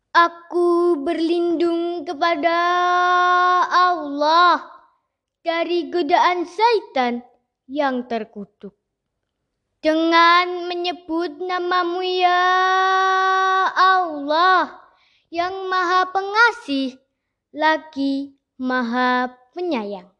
Aku berlindung kepada Allah dari godaan syaitan yang terkutuk. Dengan menyebut nama-Mu ya Allah, yang Maha Pengasih lagi Maha Penyayang.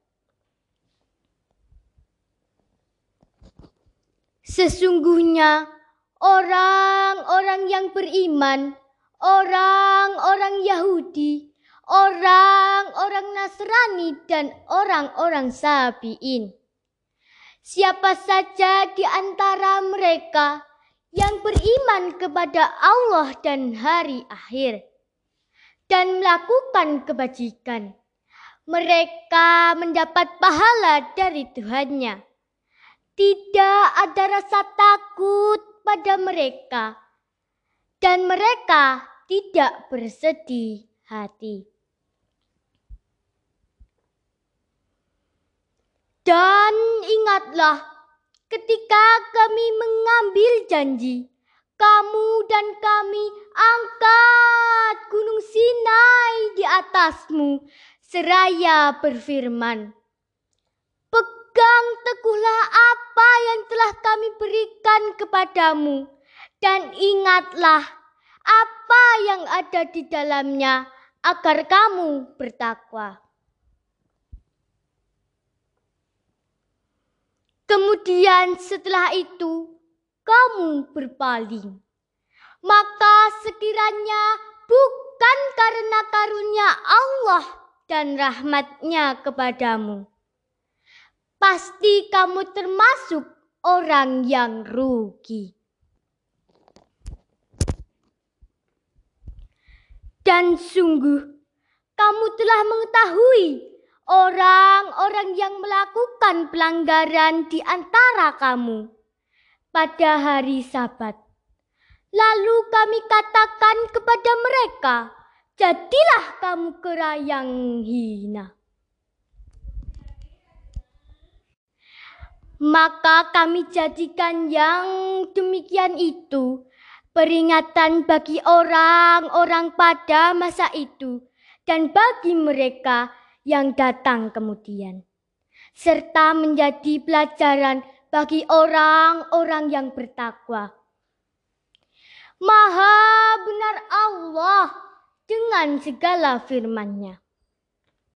Sesungguhnya orang-orang yang beriman, orang-orang Yahudi, orang-orang Nasrani, dan orang-orang Sabi'in, siapa saja di antara mereka yang beriman kepada Allah dan hari akhir dan melakukan kebajikan, mereka mendapat pahala dari Tuhannya. Tidak ada rasa takut pada mereka, dan mereka tidak bersedih hati. Dan ingatlah ketika kami mengambil janji, kamu dan kami angkat gunung Sinai di atasmu, seraya berfirman, pegang teguhlah apa yang telah kami berikan kepadamu, dan ingatlah apa yang ada di dalamnya, agar kamu bertakwa. Kemudian setelah itu kamu berpaling, maka sekiranya bukan karena karunia Allah dan rahmat-Nya kepadamu, pasti kamu termasuk orang yang rugi. Dan sungguh kamu telah mengetahui orang-orang yang melakukan pelanggaran di antara kamu pada hari Sabat. Lalu kami katakan kepada mereka, jadilah kamu kera yang hina. Maka kami jadikan yang demikian itu peringatan bagi orang-orang pada masa itu dan bagi mereka yang datang kemudian, serta menjadi pelajaran bagi orang-orang yang bertakwa. Maha benar Allah dengan segala firman-Nya.